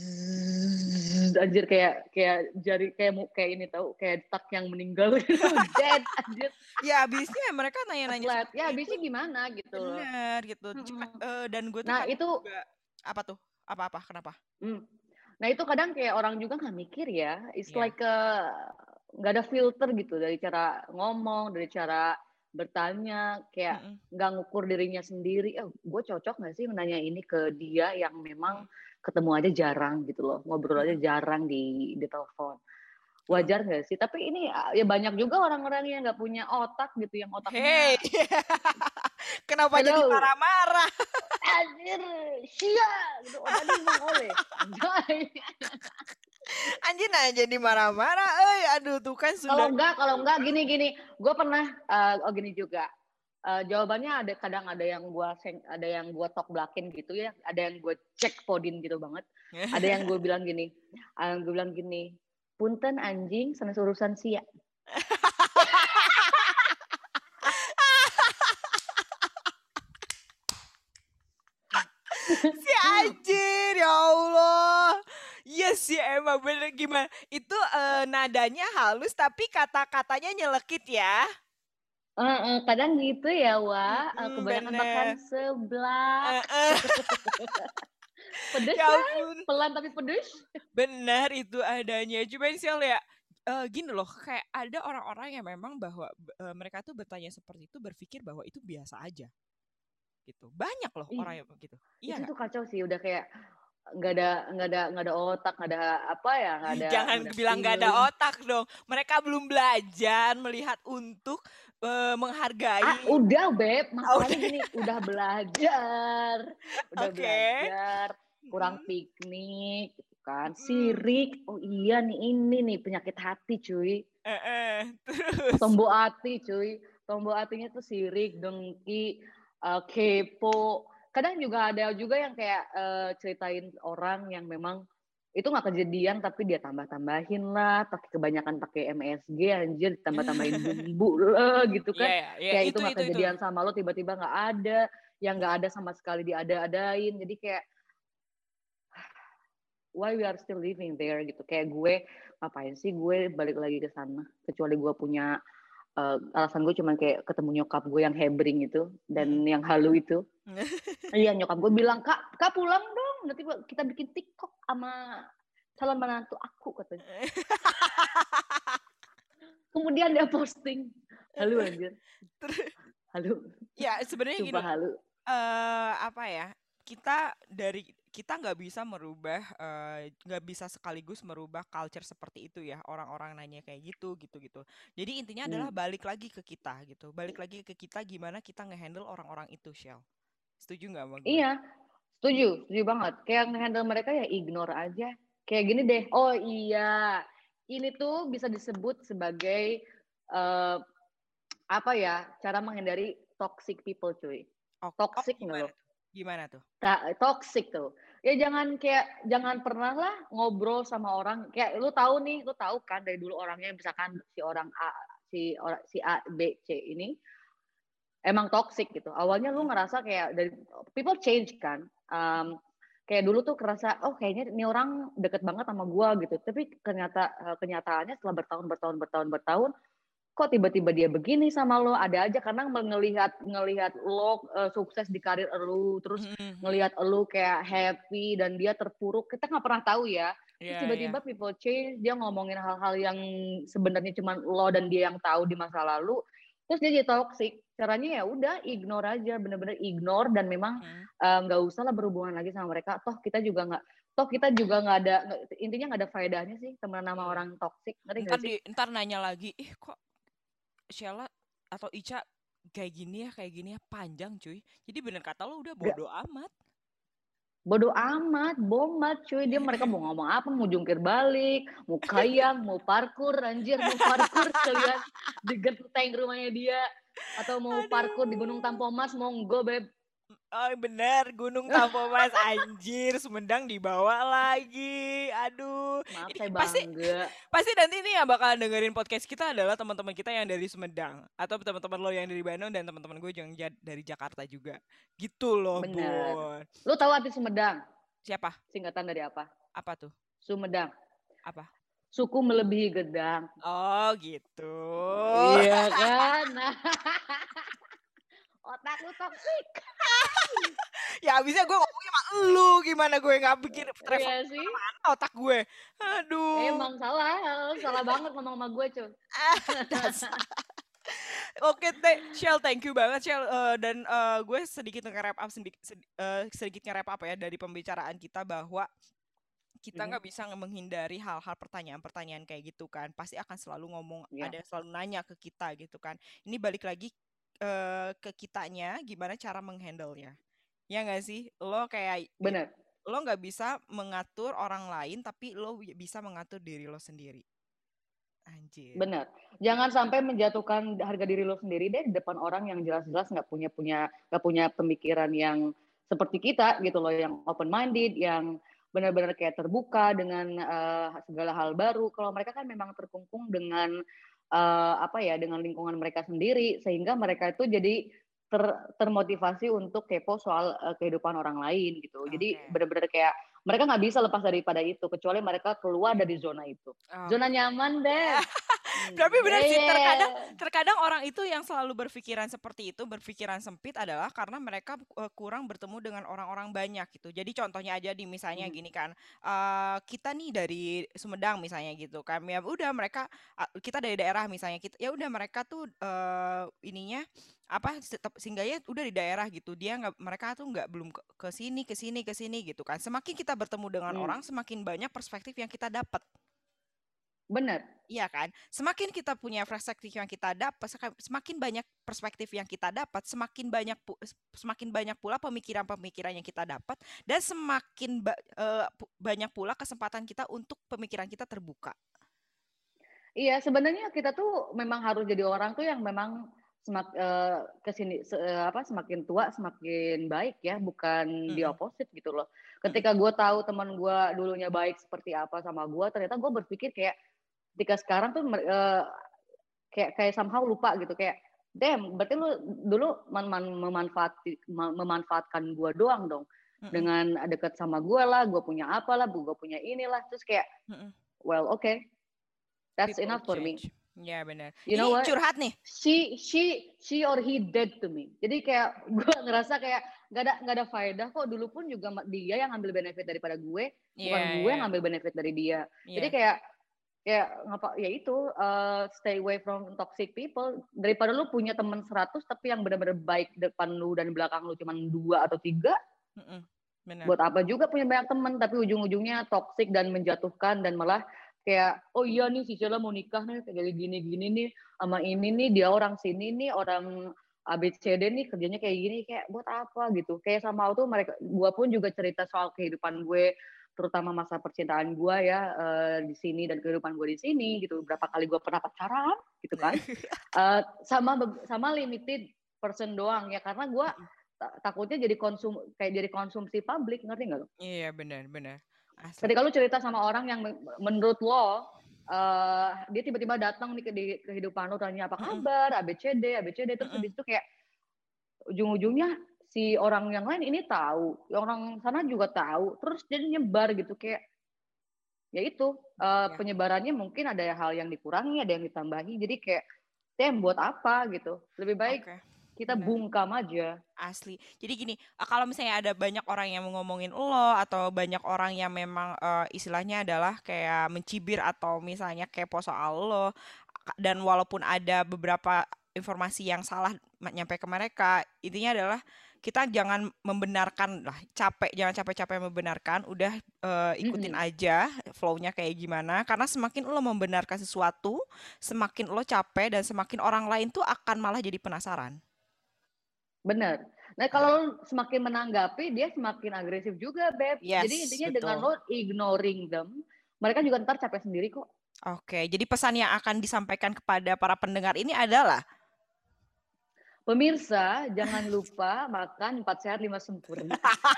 zzz, anjir kayak kayak jari kayak kayak ini tahu kayak tak yang meninggal gitu. Dead anjir. Ya abisnya mereka nanya-nanya ya abisnya gimana gitu. Bener gitu. Cuma, uh, dan gue tuh nah itu juga apa tuh? Apa-apa? Kenapa? Hmm. Nah itu kadang kayak orang juga nggak mikir ya. It's Yeah. like nggak ada filter gitu dari cara ngomong, dari cara bertanya, kayak nggak ngukur dirinya sendiri. Oh, gue cocok nggak sih menanya ini ke dia yang memang ketemu aja jarang gitu loh, ngobrol aja jarang di di telepon. Wajar nggak sih? Tapi ini ya banyak juga orang-orang yang nggak punya otak gitu, yang otaknya. Hey, kenapa Hello. jadi marah-marah? Anjir, sia gitu. Oh tadi mengoleh. Anjir nah jadi marah-marah. Eh, aduh tuh kan sudah. Kalau enggak, kalau enggak gini-gini. Gue pernah uh, oh gini juga. Uh, jawabannya ada kadang ada yang gue ada yang gue tok belakin gitu ya, ada yang gue cek podin gitu banget. Ada yang gue bilang gini, uh, gue bilang gini, punten anjing sanes urusan sia. Si anjir ya Allah. Iya sih emang bener gimana. Itu uh, nadanya halus tapi kata-katanya nyelekit ya. Uh, uh, kadang gitu ya Wah. Uh, kebanyakan bener. makan seblak. Uh, uh. Pedes ya kan? Pelan tapi pedes. Benar itu adanya. Cuma sih ya uh, gini loh, kayak ada orang-orang yang memang bahwa uh, mereka tuh bertanya seperti itu berpikir bahwa itu biasa aja. Gitu. Banyak loh Ih, orang yang begitu. Iya. Itu gak? Tuh kacau sih, udah kayak nggak ada nggak ada nggak ada otak, nggak ada apa ya, nggak ada. Jangan gak ada bilang nggak ada otak dong. Mereka belum belajar melihat untuk uh, menghargai. Ah, udah beb, masalahnya gini, udah belajar, udah okay. belajar, kurang hmm. piknik, gitu kan, hmm. sirik. Oh iya nih ini nih penyakit hati cuy. Eh, eh. Terus. Tombol hati cuy, tombol hatinya tuh sirik, dengki, uh, kepo. Kadang juga ada juga yang kayak uh, ceritain orang yang memang itu nggak kejadian tapi dia tambah-tambahin lah, pakai kebanyakan pakai M S G anjir, ditambah-tambahin bumbu lah gitu Iya kan. ya, ya Kayak itu itu nggak itu itu. kejadian sama lo tiba-tiba nggak ada, yang nggak ada sama sekali diada-adain. Jadi kayak why we are still living there gitu. Kayak gue ngapain sih gue balik lagi ke sana, kecuali gue punya uh, alasan gue cuman kayak ketemu nyokap gue yang hebring itu dan Mm-mm. yang halu itu. Iya, nyokap gue bilang, Kak, Kak pulang dong, nanti kita bikin TikTok sama calon menantu aku katanya. Kemudian dia posting, halu anjir, halu, Ya sebenarnya gini sumpah loh, halu. eh apa ya, kita dari kita nggak bisa merubah, eh, nggak bisa sekaligus merubah culture seperti itu ya, orang-orang nanya kayak gitu gitu gitu. Jadi intinya adalah Hmm. balik lagi ke kita gitu, balik lagi ke kita gimana kita ngehandle orang-orang itu, Shell. Setuju nggak sama gue? Iya, setuju, setuju banget. Kayak nge-handle mereka ya ignore aja. Kayak gini deh, oh iya, ini tuh bisa disebut sebagai uh, apa ya, cara menghindari toxic people cuy. Oh, oh Toxic nggak gimana lo? tuh? Gimana tuh? Toxic tuh. Ya jangan kayak jangan pernah lah ngobrol sama orang kayak lu tahu nih, lu tahu kan dari dulu orangnya misalkan si orang A, si orang si A, B, C ini emang toxic gitu. Awalnya lu ngerasa kayak dari people change kan. Um, kayak dulu tuh kerasa oh kayaknya ini orang deket banget sama gua gitu. Tapi ternyata kenyataannya setelah bertahun bertahun bertahun bertahun kok tiba-tiba dia begini sama lo, ada aja karena ngelihat ngelihat lo uh, sukses di karir lo, terus ngelihat lo kayak happy dan dia terpuruk, kita nggak pernah tahu ya. Terus Iya, iya. tiba-tiba people change, dia ngomongin hal-hal yang sebenarnya cuma lo dan dia yang tahu di masa lalu, terus dia jadi toxic. Caranya ya udah ignore aja, bener-bener ignore dan memang nggak uh, usah lah berhubungan lagi sama mereka. Toh kita juga nggak, toh kita juga nggak ada, intinya nggak ada faedahnya sih teman nama Iya. orang toxic, ngerti Ntar nggak sih? di ntar nanya lagi, ih kok Sheila atau Ica kayak gini ya, kayak gini ya, panjang cuy. Jadi bener kata lo udah Gak, bodo amat. bodo amat, bomat cuy. Dia mereka mau ngomong apa, mau jungkir balik, mau kayang, mau parkur, anjir, mau parkur sekalian di genteng rumahnya dia. Atau mau parkur di Gunung Aduh. Tampomas, monggo beb. Oh bener, Gunung Tampomas, anjir, Sumedang dibawa lagi. Aduh, Maaf, ini saya pasti bangga. pasti nanti nih yang bakal dengerin podcast kita adalah teman-teman kita yang dari Sumedang atau teman-teman lo yang dari Bandung dan teman-teman gue yang ja- dari Jakarta juga. Gitu loh, Bener. Bun. Lu tahu arti Sumedang? Siapa? Singkatan dari apa? Apa tuh? Sumedang. Apa? Suku melebihi gedang. Oh, gitu. Iya kan? Nah, otak lu toksik. Ya abisnya gue ngomongnya sama elu, gimana gue nggak bikin travel Iya sih. mana otak gue. Aduh. Emang salah, salah banget ngomong sama gue cuy. Dasar. Oke, teh, Shell, thank you banget, Shell. Eh, dan eh, gue sedikit nge-wrap up sedikit, sedikit nge-wrap up ya dari pembicaraan kita bahwa kita nggak bisa menghindari hal-hal pertanyaan-pertanyaan kayak gitu kan. Pasti akan selalu ngomong, Iya. ada yang selalu nanya ke kita gitu kan. Ini balik lagi eh, ke kitanya, gimana cara menghandle-nya. Ya nggak sih? Lo kayak Bener. lo nggak bisa mengatur orang lain, tapi lo bisa mengatur diri lo sendiri. Anjir. Bener. Jangan sampai menjatuhkan harga diri lo sendiri deh di depan orang yang jelas-jelas nggak punya punya nggak punya pemikiran yang seperti kita gitu loh, yang open minded, yang benar-benar kayak terbuka dengan uh, segala hal baru. Kalau mereka kan memang terkungkung dengan uh, apa ya, dengan lingkungan mereka sendiri, sehingga mereka itu jadi ter, termotivasi untuk kepo soal uh, kehidupan orang lain gitu. Jadi Okay. benar-benar kayak mereka nggak bisa lepas daripada itu kecuali mereka keluar dari zona itu. Okay. Zona nyaman deh. Tapi benar sih, Yeah. terkadang terkadang orang itu yang selalu berpikiran seperti itu, berpikiran sempit adalah karena mereka uh, kurang bertemu dengan orang-orang banyak gitu. Jadi contohnya aja di misalnya Hmm. gini kan, uh, kita nih dari Sumedang misalnya gitu kan, ya udah mereka uh, kita dari daerah misalnya kita, ya udah mereka tuh uh, ininya apa singgahnya udah di daerah gitu, dia nggak, mereka tuh nggak belum ke, ke sini ke sini ke sini gitu kan. Semakin kita bertemu dengan Hmm. orang, semakin banyak perspektif yang kita dapat. Benar. Iya kan? Semakin kita punya perspektif yang kita dapat, semakin banyak perspektif yang kita dapat, semakin banyak pu- semakin banyak pula pemikiran-pemikiran yang kita dapat, dan semakin ba uh, banyak pula kesempatan kita untuk pemikiran kita terbuka. Iya, sebenarnya kita tuh memang harus jadi orang tuh yang memang semak uh, kesini se, uh, apa semakin tua semakin baik ya, bukan Mm-mm. di opposite gitu loh. Ketika gue tahu teman gue dulunya baik seperti apa sama gue, ternyata gue berpikir kayak ketika sekarang tuh uh, kayak kayak somehow lupa gitu, kayak damn, berarti lu dulu memanfaat memanfaatkan gue doang dong. Mm-mm. Dengan deket sama gue lah, gue punya apa lah, gue punya inilah, terus kayak Mm-mm. well oke, okay. That's People enough for change. me. Ya benar. You Ini know what? Curhat nih. She she she or he dead to me. Jadi kayak gue ngerasa kayak gak ada gak ada faedah kok. Dulu pun juga dia yang ngambil benefit daripada gue, yeah, bukan gue yeah. yang ngambil benefit dari dia. Yeah. Jadi kayak kayak ngapa ya itu uh, stay away from toxic people, daripada lu punya teman seratus tapi yang benar-benar baik depan lu dan belakang lu cuma dua atau tiga. Mm-mm. Benar. Buat apa juga punya banyak teman tapi ujung-ujungnya toxic dan menjatuhkan dan malah kayak oh iya nih si Sheila mau nikah nih kayak gini-gini nih sama ini nih, dia orang sini nih, orang A B C D nih kerjanya kayak gini, kayak buat apa gitu. Kayak sama tuh mereka, gue pun juga cerita soal kehidupan gue, terutama masa percintaan gue ya uh, di sini dan kehidupan gue di sini gitu. Berapa kali gue pernah pacaran gitu kan. uh, sama sama limited person doang ya, karena gue takutnya jadi konsum kayak jadi konsumsi publik, ngerti nggak lo? Iya benar benar. Asli. Ketika lu cerita sama orang yang menurut lo uh, dia tiba-tiba datang nih ke di kehidupan lo, tanya apa kabar, A B C D, A B C D, terus habis itu kayak ujung-ujungnya si orang yang lain ini tahu, orang sana juga tahu, terus jadi nyebar gitu kayak ya itu uh, ya. Penyebarannya mungkin ada hal yang dikurangi, ada yang ditambahi, jadi kayak tem buat apa gitu, lebih baik. Okay. Kita Benar. Bungkam aja. Asli. Jadi gini, kalau misalnya ada banyak orang yang ngomongin lo atau banyak orang yang memang uh, istilahnya adalah kayak mencibir atau misalnya kepo soal lo, dan walaupun ada beberapa informasi yang salah nyampe ke mereka, intinya adalah kita jangan membenarkan lah, capek jangan capek-capek membenarkan, udah uh, ikutin mm-hmm. aja flow-nya kayak gimana, karena semakin lo membenarkan sesuatu, semakin lo capek dan semakin orang lain tuh akan malah jadi penasaran. Bener. Nah kalau semakin menanggapi, dia semakin agresif juga, Beb. Yes, jadi intinya betul. dengan lo ignoring them, mereka juga ntar capek sendiri kok. Oke, jadi pesan yang akan disampaikan kepada para pendengar ini adalah, pemirsa jangan lupa makan empat sehat lima sempurna.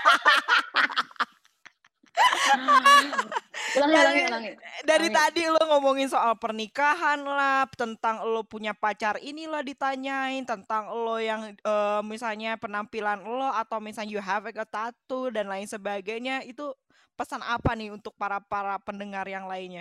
ulangi, ulangi, ulangi. Dari ulangi. tadi lo ngomongin soal pernikahan lah, tentang lo punya pacar inilah ditanyain, tentang lo yang uh, misalnya penampilan lo atau misalnya you have a tattoo dan lain sebagainya. Itu pesan apa nih untuk para para pendengar yang lainnya?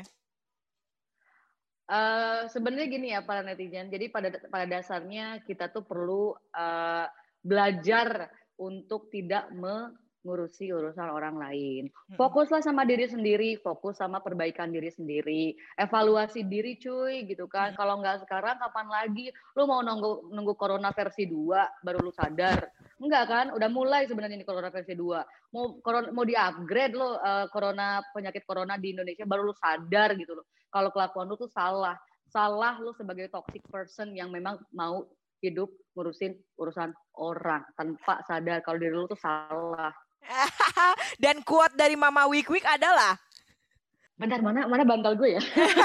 Uh, sebenarnya gini ya para netizen. Jadi pada pada dasarnya kita tuh perlu uh, belajar untuk tidak mengurusi urusan orang lain. Fokuslah sama diri sendiri, fokus sama perbaikan diri sendiri, evaluasi diri cuy gitu kan. Kalau nggak sekarang kapan lagi? Lu mau nunggu nunggu corona versi dua baru lu sadar? Enggak kan? Udah mulai sebenarnya ini corona versi dua. Mau corona, mau di-upgrade lo uh, corona penyakit corona di Indonesia baru lu sadar gitu loh. Kalau kelakuan lu tuh salah. Salah lu sebagai toxic person yang memang mau hidup ngurusin urusan orang tanpa sadar kalau diri lu tuh salah. Dan quote dari Mama Wik Wik adalah, bentar, mana mana bantal gue ya?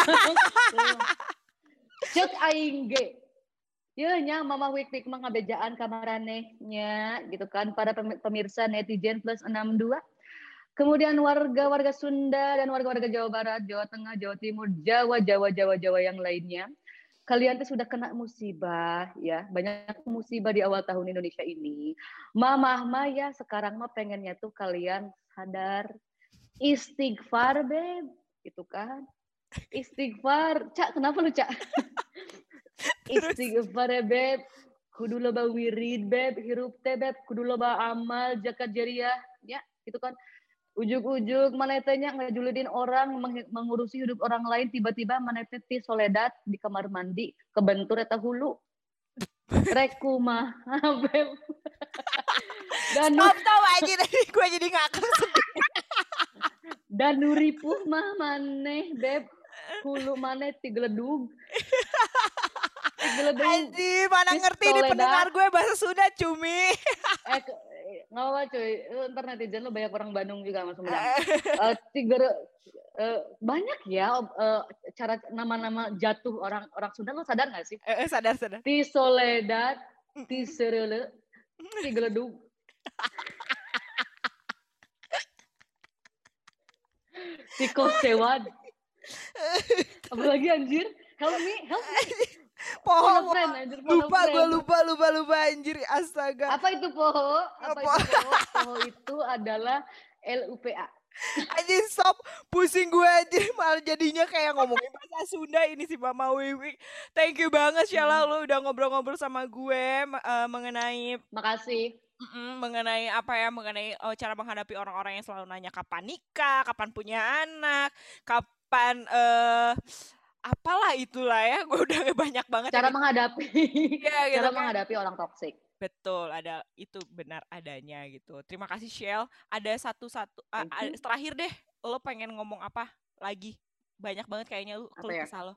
Cek aing ge. Ya nya Mama Wik Wik mah ngabejaan kamaranehnya gitu kan, para pemirsa netizen plus enam dua. Kemudian warga-warga Sunda dan warga-warga Jawa Barat, Jawa Tengah, Jawa Timur, Jawa, Jawa, Jawa, Jawa yang lainnya. Kalian tuh sudah kena musibah ya, banyak musibah di awal tahun Indonesia ini. Mamah Maya sekarang mah pengennya tuh kalian sadar, istighfar beb, gitu kan? Istighfar, Cak, kenapa lu Cak? Istighfar ya beb, kudu loba wirid beb, hirup teh beb, kudu loba amal, zakat jariah, ya gitu kan. Ujuk-ujuk mana tehnya ngejulidin orang, mengurusi hidup orang lain, tiba-tiba mana teh ti soledad di kamar mandi, kebentur eta hulu. Reku mah, beb. Dan stop, stop aja tadi gue jadi ngakak sedih. Dan nuripuh mah maneh, beb. Hulu maneh ti geledug. Ti geledug. Aji, mana ngerti di pendengar gue bahasa Sunda, cumi. eh, nggak apa cuy, ntar netizen lo banyak orang Bandung juga sama Sumedang. uh, tiger uh, banyak ya uh, cara nama-nama jatuh orang orang Sunda, lo sadar nggak sih? Eh, eh, sadar sadar. Ti Soledad, Ti Serele, Ti Geledug. Ti Kosewan. Apalagi anjir? Help me, help me. Poho, friend, anjir, lupa gue lupa lupa lupa anjir, astaga. Apa itu poho? Apa Poho. itu poho? Poho itu adalah L U P A. Anjir stop, pusing gue aja, malah jadinya kayak ngomongin bahasa Sunda ini si Mama Wiwi. Thank you banget Sheila, hmm. lu udah ngobrol-ngobrol sama gue uh, mengenai makasih Mm-mm, mengenai apa ya, mengenai oh, cara menghadapi orang-orang yang selalu nanya kapan nikah, kapan punya anak, kapan uh, apalah itulah ya, gue udah banyak banget cara menghadapi ya, gitu cara kan. menghadapi orang toksik. Betul, ada itu benar adanya gitu. Terima kasih Shell. Ada satu-satu uh, terakhir deh, lo pengen ngomong apa lagi? Banyak banget kayaknya lu keluh ya? kesah lo.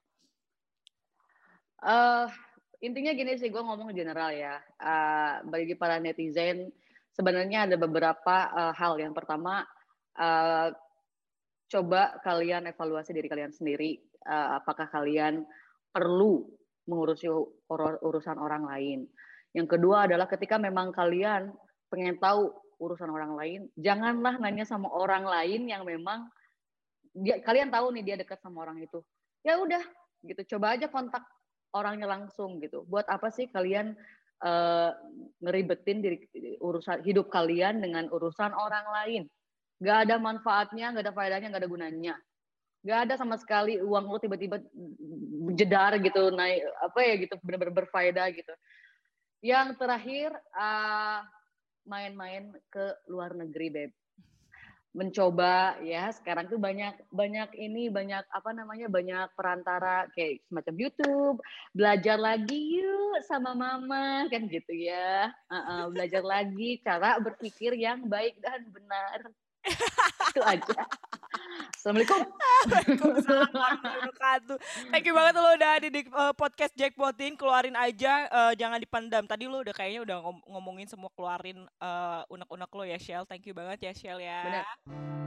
Uh, intinya gini sih, gue ngomong general ya. Uh, bagi para netizen, sebenarnya ada beberapa uh, hal. Yang pertama, uh, coba kalian evaluasi diri kalian sendiri. Uh, apakah kalian perlu mengurusi urusan orang lain? Yang kedua adalah ketika memang kalian pengen tahu urusan orang lain, janganlah nanya sama orang lain yang memang dia, kalian tahu nih dia dekat sama orang itu. Ya udah, gitu. Coba aja kontak orangnya langsung gitu. Buat apa sih kalian uh, ngeribetin diri, urusan hidup kalian dengan urusan orang lain? Gak ada manfaatnya, gak ada faedahnya, gak ada gunanya. Gak ada sama sekali uang lo tiba-tiba jedar gitu, naik apa ya gitu, benar-benar berfaedah gitu. Yang terakhir, uh, main-main ke luar negeri, Beb. Mencoba ya, sekarang tuh banyak banyak ini banyak apa namanya banyak perantara kayak semacam YouTube, belajar lagi yuk sama mama kan gitu ya. Uh-uh, belajar lagi cara berpikir yang baik dan benar. Itu aja. Assalamualaikum. Waalaikumsalam warahmatullahi wabarakatuh. Thank you banget lo udah ada di uh, podcast Jackpotin. Keluarin aja, uh, jangan dipendam. Tadi lo udah kayaknya udah ngom- ngomongin semua, keluarin uh, unek-unek lo ya Shell. Thank you banget ya Shell ya. Bener.